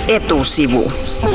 Etusivu.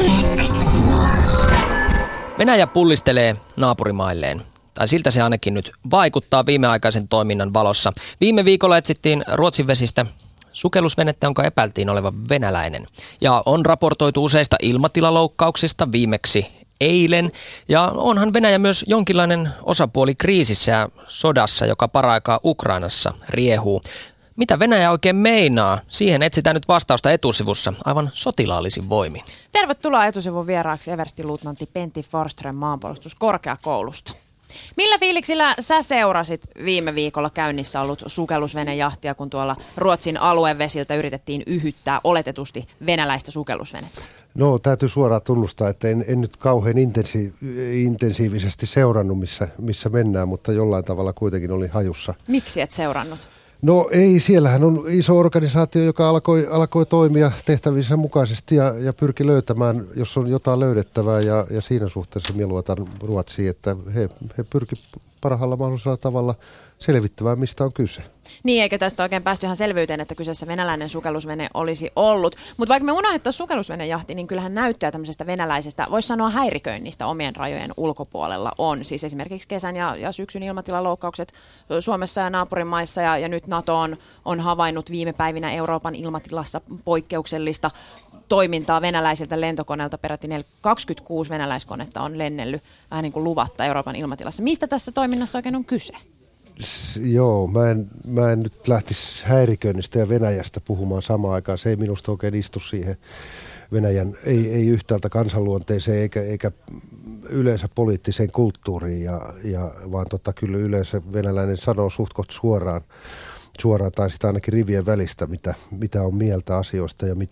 Venäjä pullistelee naapurimailleen. Tai siltä se ainakin nyt vaikuttaa viimeaikaisen toiminnan valossa. Viime viikolla etsittiin Ruotsin vesistä sukellusvenettä, jonka epäiltiin olevan venäläinen. Ja on raportoitu useista ilmatilaloukkauksista viimeksi eilen. Ja onhan Venäjä myös jonkinlainen osapuoli kriisissä ja sodassa, joka paraikaa Ukrainassa riehuu. Mitä Venäjä oikein meinaa? Siihen etsitään nyt vastausta Etusivussa aivan sotilaallisin voimin. Tervetuloa Etusivun vieraaksi everstiluutnantti Pentti Forsström maanpuolustuskorkeakoulusta. Millä fiiliksillä sä seurasit viime viikolla käynnissä ollut sukellusvenejahtia, kun tuolla Ruotsin aluevesiltä yritettiin yhyttää oletetusti venäläistä sukellusvenettä? No, täytyy suoraan tunnustaa, että en nyt kauhean intensiivisesti seurannut, missä mennään, mutta jollain tavalla kuitenkin oli hajussa. Miksi et seurannut? No ei, siellähän on iso organisaatio, joka alkoi toimia tehtävissä mukaisesti ja pyrki löytämään, jos on jotain löydettävää ja siinä suhteessa minä luotan Ruotsiin, että he pyrki parhaalla mahdollisella tavalla selvittämään, mistä on kyse. Niin, eikä tästä oikein päästy ihan selvyyteen, että kyseessä venäläinen sukellusvene olisi ollut. Mutta vaikka me unohdettaisiin sukellusvenejahti, niin kyllähän näyttöä tämmöisestä venäläisestä, voisi sanoa häiriköinnistä omien rajojen ulkopuolella on. Siis esimerkiksi kesän ja syksyn ilmatilaloukkaukset Suomessa ja naapurimaissa ja nyt NATO on havainnut viime päivinä Euroopan ilmatilassa poikkeuksellista toimintaa venäläisiltä lentokoneilta. Peräti 26 venäläiskonetta on lennellyt vähän niin kuin luvatta Euroopan ilmatilassa. Mistä tässä toiminnassa oikein on kyse? Joo, mä en nyt lähtisi häiriköinnistä ja Venäjästä puhumaan samaan aikaan. Se ei minusta oikein istu siihen Venäjän, ei yhtäältä kansanluonteeseen eikä yleensä poliittiseen kulttuuriin, vaan kyllä yleensä venäläinen sanoo suht suoraan tai sitä ainakin rivien välistä, mitä on mieltä asioista ja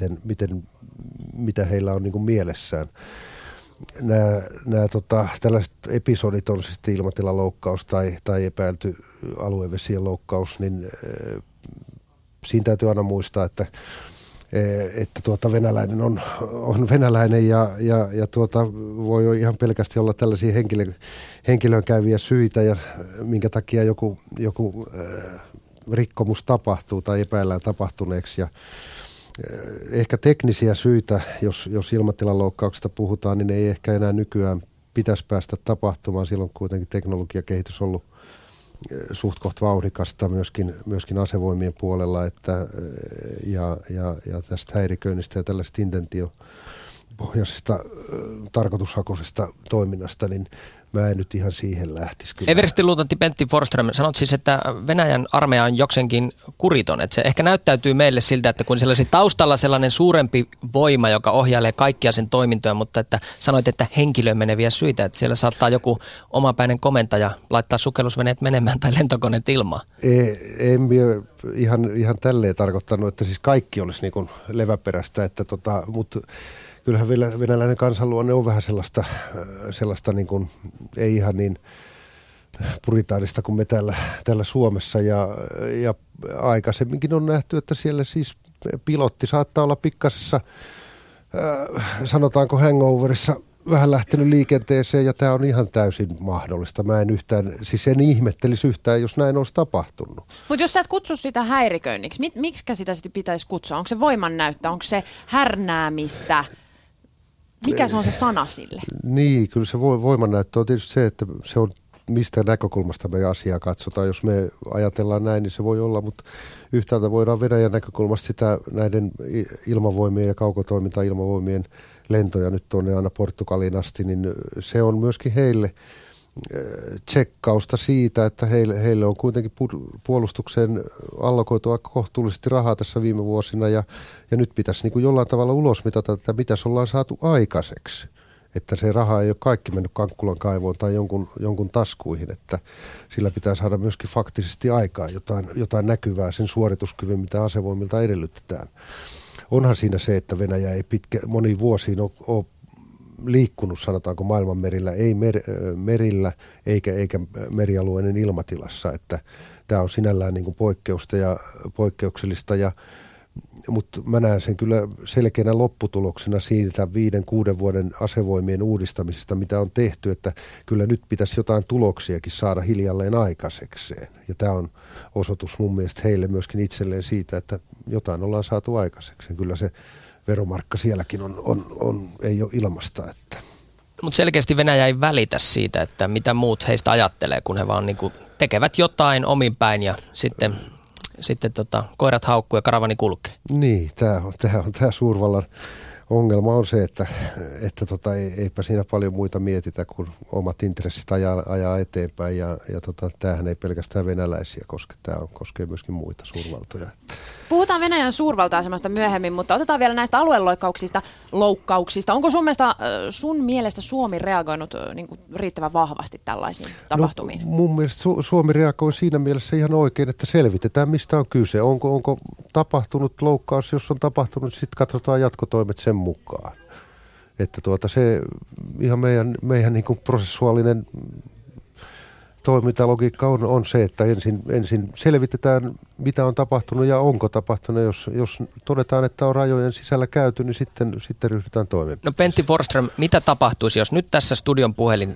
mitä heillä on niin kuin mielessään. Nämä tällaiset episodit, on se sitten ilmatilaloukkaus tai epäilty aluevesien loukkaus, niin siinä täytyy aina muistaa, että venäläinen on venäläinen ja voi jo ihan pelkästään olla tällaisia henkilöön käyviä syitä, ja minkä takia joku rikkomus tapahtuu tai epäillään tapahtuneeksi. Ja ehkä teknisiä syitä, jos ilmatilaloukkauksesta puhutaan, niin ei ehkä enää nykyään pitäisi päästä tapahtumaan. Silloin kuitenkin teknologiakehitys on ollut suht koht vauhdikasta myöskin asevoimien puolella ja tästä häiriköinnistä ja tällaista intentiopohjaisesta tarkoitushakuisesta toiminnasta, niin mä en nyt ihan siihen lähtisi. Everstiluutantti Pentti Forsström, sanot siis, että Venäjän armeija on jokseenkin kuriton. Että se ehkä näyttäytyy meille siltä, että kun siellä olisi taustalla sellainen suurempi voima, joka ohjailee kaikkia sen toimintoja, mutta että sanoit, että henkilöön meneviä syitä, että siellä saattaa joku omapäinen komentaja laittaa sukellusveneet menemään tai lentokoneet ilmaan. En ihan tälleen tarkoittanut, että siis kaikki olisi niin kuin leväperäistä, mutta kyllähän venäläinen kansanluonne on vähän sellaista niin kuin, ei ihan niin puritaanista kuin me täällä Suomessa ja aikaisemminkin on nähty, että siellä siis pilotti saattaa olla pikkasessa, sanotaanko hangoverissa, vähän lähtenyt liikenteeseen ja tämä on ihan täysin mahdollista. Mä en ihmettelisi yhtään, jos näin olisi tapahtunut. Mutta jos sä et kutsu sitä häiriköinniksi, miksi sitä sitten pitäisi kutsua? Onko se voimannäyttö, onko se härnäämistä? Mikä se on se sana sille? Niin, kyllä se voimannäyttö on tietysti se, että se on mistä näkökulmasta me asiaa katsotaan. Jos me ajatellaan näin, niin se voi olla, mutta yhtäältä voidaan Venäjän näkökulmasta sitä näiden ilmavoimien ja kaukotoiminta-ilmavoimien lentoja nyt tuonne aina Portugaliin asti, niin se on myöskin heille tsekkausta siitä, että heille on kuitenkin puolustukseen allokoitu aika kohtuullisesti rahaa tässä viime vuosina ja nyt pitäisi niin kuin jollain tavalla ulosmitata, että mitäs ollaan saatu aikaiseksi. Että se raha ei ole kaikki mennyt Kankkulan kaivoon tai jonkun taskuihin, että sillä pitää saada myöskin faktisesti aikaan jotain näkyvää sen suorituskyvyn, mitä asevoimilta edellytetään. Onhan siinä se, että Venäjä ei moniin vuosiin ole liikkunut, sanotaanko maailmanmerillä, ei merillä eikä merialueiden ilmatilassa, että tämä on sinällään niin kuin poikkeusta ja poikkeuksellista, mutta mä näen sen kyllä selkeänä lopputuloksena siitä 5-6 vuoden asevoimien uudistamisesta, mitä on tehty, että kyllä nyt pitäisi jotain tuloksiakin saada hiljalleen aikaisekseen. Ja tämä on osoitus mun mielestä heille myöskin itselleen siitä, että jotain ollaan saatu aikaiseksi. Kyllä se veromarkka sielläkin ei ole ilmasta. Että. Mutta selkeästi Venäjä ei välitä siitä, että mitä muut heistä ajattelee, kun he vaan niinku tekevät jotain omin päin ja sitten koirat haukkuu ja karavani kulkee. Niin, tämä suurvallan ongelma on se, että eipä siinä paljon muita mietitä, kun omat intressit ajaa eteenpäin ja tämähän ei pelkästään venäläisiä koske, tämä koskee myöskin muita suurvaltoja. Puhutaan Venäjän suurvalta-asemasta myöhemmin, mutta otetaan vielä näistä loukkauksista. Onko sun mielestä Suomi reagoinut niin kuin riittävän vahvasti tällaisiin tapahtumiin? No, mun mielestä Suomi reagoi siinä mielessä ihan oikein, että selvitetään mistä on kyse. Onko tapahtunut loukkaus, jos on tapahtunut, sitten katsotaan jatkotoimet sen mukaan. Että se ihan meidän niin kuin prosessuaalinen toimintalogiikka on se, että ensin selvitetään, mitä on tapahtunut ja onko tapahtunut. Jos todetaan, että on rajojen sisällä käyty, niin sitten ryhdytään toimeen. No Pentti Forsström, mitä tapahtuisi, jos nyt tässä studion puhelin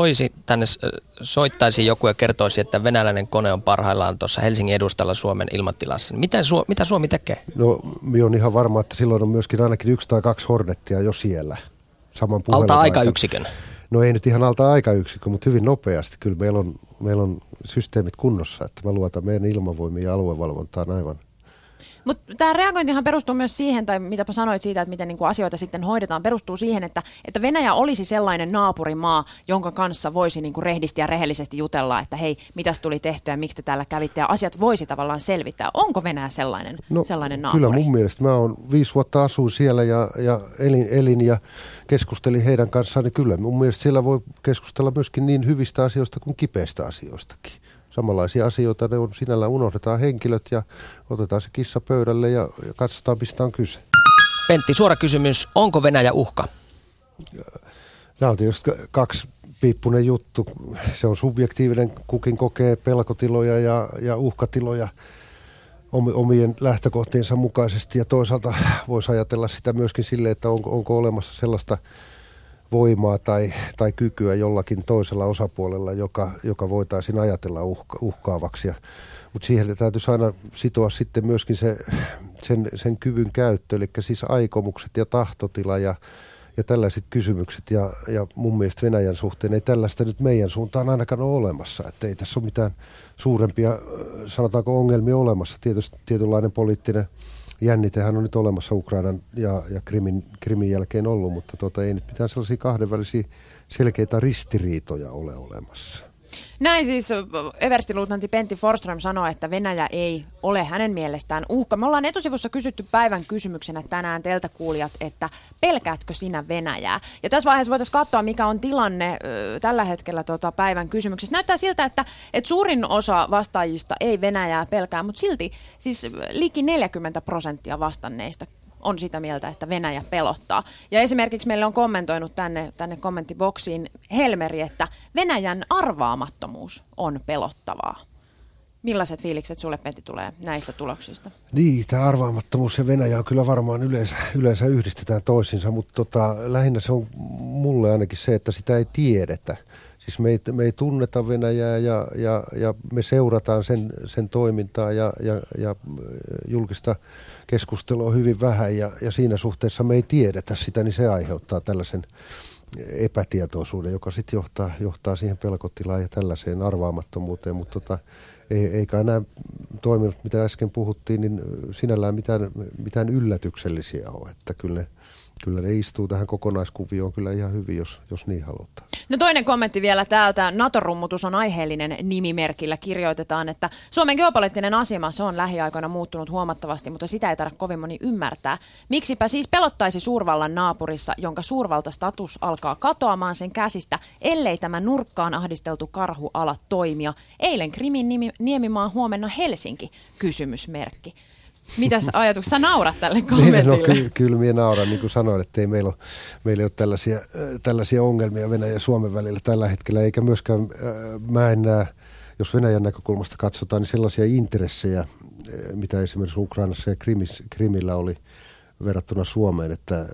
soittaisi joku ja kertoisi, että venäläinen kone on parhaillaan tuossa Helsingin edustalla Suomen ilmatilassa? Mitä Suomi tekee? No, minä olen ihan varma, että silloin on myöskin ainakin 1 tai 2 Hornettia jo siellä. Saman alta aikayksikön? No ei nyt ihan alta aikayksikö, mutta hyvin nopeasti. Kyllä meillä on systeemit kunnossa, että mä luotan meidän ilmavoimiin ja aluevalvontaan aivan. Mutta tämä reagointihan perustuu myös siihen, tai mitäpä sanoit siitä, että miten niinku asioita sitten hoidetaan, perustuu siihen, että Venäjä olisi sellainen naapurimaa, jonka kanssa voisi niinku rehdisti ja rehellisesti jutella, että hei, mitäs tuli tehtyä, miksi te täällä kävitte, ja asiat voisi tavallaan selvittää. Onko Venäjä sellainen naapuri? Kyllä mun mielestä. Mä oon 5 vuotta asuin siellä ja elin ja keskustelin heidän kanssaan, niin kyllä mun mielestä siellä voi keskustella myöskin niin hyvistä asioista kuin kipeistä asioistakin. Samanlaisia asioita, ne on sinällään, unohdetaan henkilöt ja otetaan se kissa pöydälle ja katsotaan, mistä on kyse. Pentti, suora kysymys, onko Venäjä uhka? Tämä on tietysti 2-piippunen juttu. Se on subjektiivinen, kukin kokee pelkotiloja ja uhkatiloja omien lähtökohtiensa mukaisesti. Ja toisaalta voisi ajatella sitä myöskin sille, että onko olemassa sellaista voimaa tai kykyä jollakin toisella osapuolella, joka voitaisiin ajatella uhkaavaksi. Mutta siihen täytyisi aina sitoa sitten myöskin sen kyvyn käyttö, eli siis aikomukset ja tahtotila ja tällaiset kysymykset. Ja mun mielestä Venäjän suhteen ei tällaista nyt meidän suuntaan ainakaan ole olemassa. Että ei tässä ole mitään suurempia, sanotaanko, ongelmia olemassa. Tietysti tietynlainen poliittinen jännitehän on nyt olemassa Ukrainan ja Krimin jälkeen ollut, mutta ei nyt mitään sellaisia kahdenvälisiä selkeitä ristiriitoja ole olemassa. Näin siis everstiluutnantti Pentti Forsström sanoi, että Venäjä ei ole hänen mielestään uhka. Me ollaan etusivussa kysytty päivän kysymyksenä tänään teiltä kuulijat, että pelkäätkö sinä Venäjää? Ja tässä vaiheessa voitaisiin katsoa, mikä on tilanne tällä hetkellä päivän kysymyksessä. Näyttää siltä, että suurin osa vastaajista ei Venäjää pelkää, mutta silti siis liki 40% vastanneista on sitä mieltä, että Venäjä pelottaa. Ja esimerkiksi meille on kommentoinut tänne kommenttiboksiin Helmeri, että Venäjän arvaamattomuus on pelottavaa. Millaiset fiilikset sulle, Pentti, tulee näistä tuloksista? Niin, tämä arvaamattomuus ja Venäjä on kyllä varmaan yleensä yhdistetään toisiinsa, mutta lähinnä se on mulle ainakin se, että sitä ei tiedetä. Siis me ei tunneta Venäjää ja me seurataan sen toimintaa ja julkista keskustelua hyvin vähän ja siinä suhteessa me ei tiedetä sitä, niin se aiheuttaa tällaisen epätietoisuuden, joka sitten johtaa siihen pelkotilaan ja tällaiseen arvaamattomuuteen, mutta ei kai nämä toiminnot, mitä äsken puhuttiin, niin sinällään mitään yllätyksellisiä ole, että kyllä ne istuu tähän kokonaiskuvioon kyllä ihan hyvin, jos niin halutaan. No toinen kommentti vielä täältä. NATO-rummutus on aiheellinen nimimerkillä. Kirjoitetaan, että Suomen geopoliittinen asema, se on lähiaikoina muuttunut huomattavasti, mutta sitä ei tarvitse kovin moni ymmärtää. Miksipä siis pelottaisi suurvallan naapurissa, jonka suurvaltastatus alkaa katoamaan sen käsistä, ellei tämä nurkkaan ahdisteltu karhu ala toimia. Eilen Krimin niemimaa, huomenna Helsinki, kysymysmerkki. Mitäs ajatuksia naurat tälle kommentille? No kyllä minä nauran, niin kuin sanoin, että ei meillä ole tällaisia ongelmia Venäjän ja Suomen välillä tällä hetkellä, eikä myöskään mä en näe, jos Venäjän näkökulmasta katsotaan, niin sellaisia intressejä, mitä esimerkiksi Ukrainassa ja Krimillä oli verrattuna Suomeen, että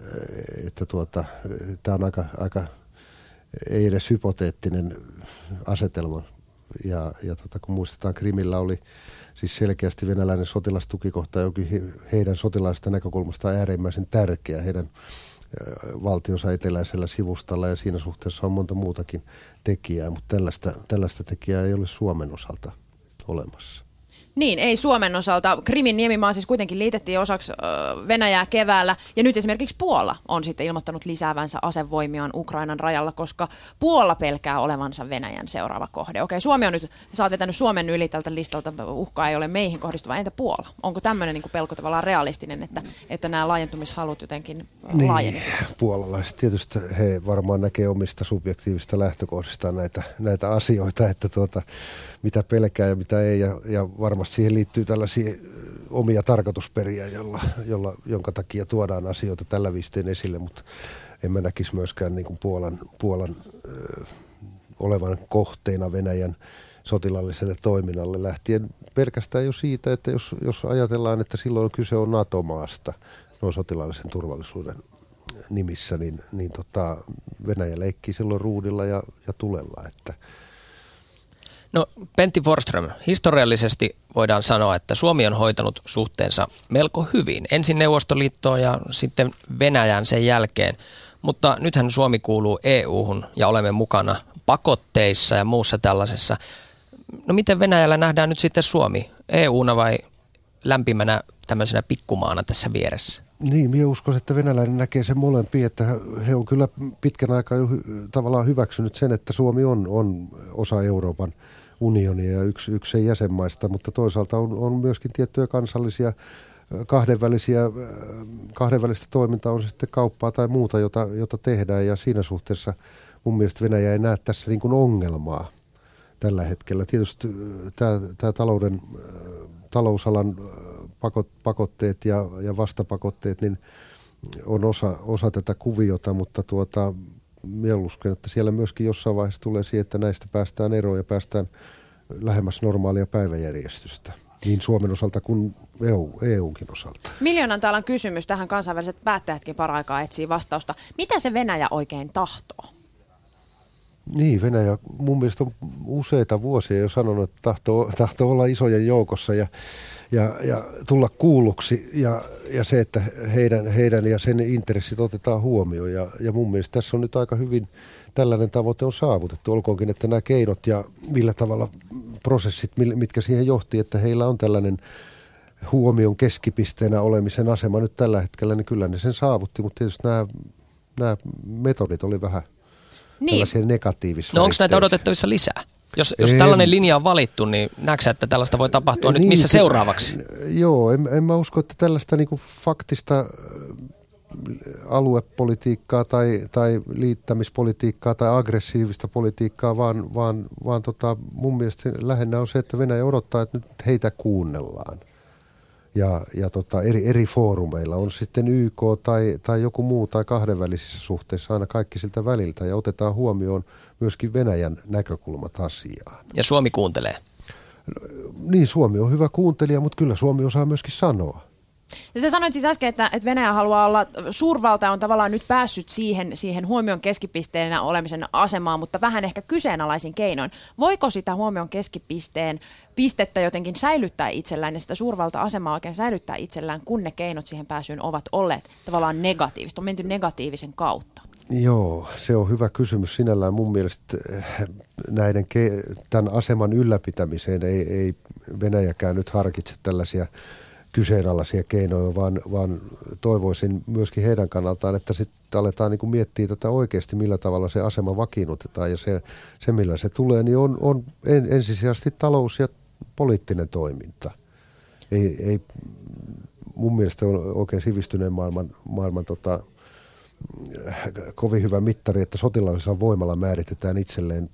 tämä on aika ei edes hypoteettinen asetelma. Ja kun muistetaan, Krimillä oli Siis selkeästi venäläinen sotilastukikohta onkin heidän sotilaista näkökulmasta äärimmäisen tärkeä heidän valtionsa eteläisellä sivustalla, ja siinä suhteessa on monta muutakin tekijää, mutta tällaista tekijää ei ole Suomen osalta olemassa. Niin, ei Suomen osalta. Krimin niemimaa siis kuitenkin liitettiin osaksi Venäjää keväällä, ja nyt esimerkiksi Puola on sitten ilmoittanut lisäävänsä asevoimiaan Ukrainan rajalla, koska Puola pelkää olevansa Venäjän seuraava kohde. Okei, Suomi on nyt, sä oot vetänyt Suomen yli tältä listalta, uhka ei ole meihin kohdistuva, entä Puola? Onko tämmöinen niin kuin pelko tavallaan realistinen, että nämä laajentumishalut jotenkin laajenisivat? Puolalaiset tietysti he varmaan näkee omista subjektiivista lähtökohdistaan näitä asioita, että mitä pelkää ja mitä ei, ja varmasti siihen liittyy tällaisia omia tarkoitusperiä, jonka takia tuodaan asioita tällä viisteen esille, mutta en mä näkisi myöskään niin kuin Puolan olevan kohteena Venäjän sotilaalliselle toiminnalle lähtien pelkästään jo siitä, että jos ajatellaan, että silloin kyse on NATO-maasta noin sotilaallisen turvallisuuden nimissä, niin Venäjä leikkii silloin ruudilla ja tulella, että No, Pentti Forsström, historiallisesti voidaan sanoa, että Suomi on hoitanut suhteensa melko hyvin. Ensin Neuvostoliittoon ja sitten Venäjään sen jälkeen. Mutta nythän Suomi kuuluu EU-hun ja olemme mukana pakotteissa ja muussa tällaisessa. No miten Venäjällä nähdään nyt sitten Suomi? EU:na vai lämpimänä tämmöisenä pikkumaana tässä vieressä? Niin, minä uskon, että venäläinen näkee sen molempia, että he on kyllä pitkän aikaa jo tavallaan hyväksynyt sen, että Suomi on osa Euroopan unionia ja yksi sen jäsenmaista, mutta toisaalta on myöskin tiettyjä kansallisia kahdenvälistä toimintaa, on se sitten kauppaa tai muuta, jota tehdään, ja siinä suhteessa mun mielestä Venäjä ei näe tässä niin kuin ongelmaa tällä hetkellä. Tietysti tämä talousalan pakotteet ja vastapakotteet niin on osa tätä kuviota, mutta minä uskon, että siellä myöskin jossain vaiheessa tulee siihen, että näistä päästään eroon ja päästään lähemmäs normaalia päiväjärjestystä. Niin Suomen osalta kuin EU:nkin osalta. Miljoonan täällä on kysymys, tähän kansainväliset päättäjätkin paraikaa etsii vastausta. Mitä se Venäjä oikein tahtoo? Niin, Venäjä mun mielestä on useita vuosia jo sanonut, että tahtoo olla isojen joukossa ja tulla kuulluksi ja se, että heidän ja sen intressit otetaan huomioon. Ja mun mielestä tässä on nyt aika hyvin tällainen tavoite on saavutettu. Olkoonkin, että nämä keinot ja millä tavalla prosessit, mitkä siihen johti, että heillä on tällainen huomion keskipisteenä olemisen asema nyt tällä hetkellä, niin kyllä ne sen saavutti, mutta tietysti nämä metodit oli vähän tällaisia negatiivisia. No onko näitä odotettavissa lisää? Jos tällainen linja on valittu, niin näetkö että tällaista voi tapahtua nyt missä seuraavaksi? Joo, en mä usko, että tällaista niinku faktista aluepolitiikkaa tai liittämispolitiikkaa tai aggressiivista politiikkaa, vaan mun mielestä lähinnä on se, että Venäjä odottaa, että nyt heitä kuunnellaan. Ja eri foorumeilla on sitten YK tai joku muu tai kahdenvälisissä suhteissa aina kaikki siltä väliltä ja otetaan huomioon myöskin Venäjän näkökulmat asiaan. Ja Suomi kuuntelee? Niin, Suomi on hyvä kuuntelija, mutta kyllä Suomi osaa myöskin sanoa. Ja sä sanoit siis äsken, että Venäjä haluaa olla suurvalta, on tavallaan nyt päässyt siihen huomion keskipisteenä olemisen asemaan, mutta vähän ehkä kyseenalaisin keinoin. Voiko sitä huomion keskipisteen pistettä jotenkin säilyttää itsellään ja sitä suurvalta-asemaa oikein säilyttää itsellään, kun ne keinot siihen pääsyyn ovat olleet tavallaan negatiivista, on menty negatiivisen kautta? Joo, se on hyvä kysymys sinällään. Mun mielestä tämän aseman ylläpitämiseen ei Venäjäkään nyt harkitse tällaisia kyseenalaisia keinoja, vaan toivoisin myöskin heidän kannaltaan, että sitten aletaan niin kuin miettiä tätä oikeasti, millä tavalla se asema vakiinnutetaan, ja se millä se tulee, niin on ensisijaisesti talous ja poliittinen toiminta. Ei mun mielestä on oikein sivistyneen maailman kovin hyvä mittari, että sotilaallisella voimalla määritetään itselleen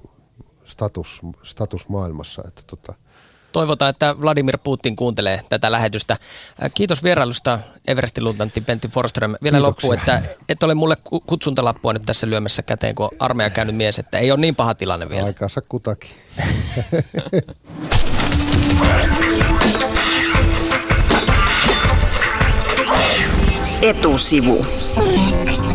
status maailmassa, että Toivotaan, että Vladimir Putin kuuntelee tätä lähetystä. Kiitos vierailusta, Everstin luutnantti Pentti Forsström. Vielä loppuun, että et ole mulle kutsuntalappua nyt tässä lyömässä käteen, kun armeija käynyt mies, että ei ole niin paha tilanne vielä. Aikaansa kutakin. Etusivu.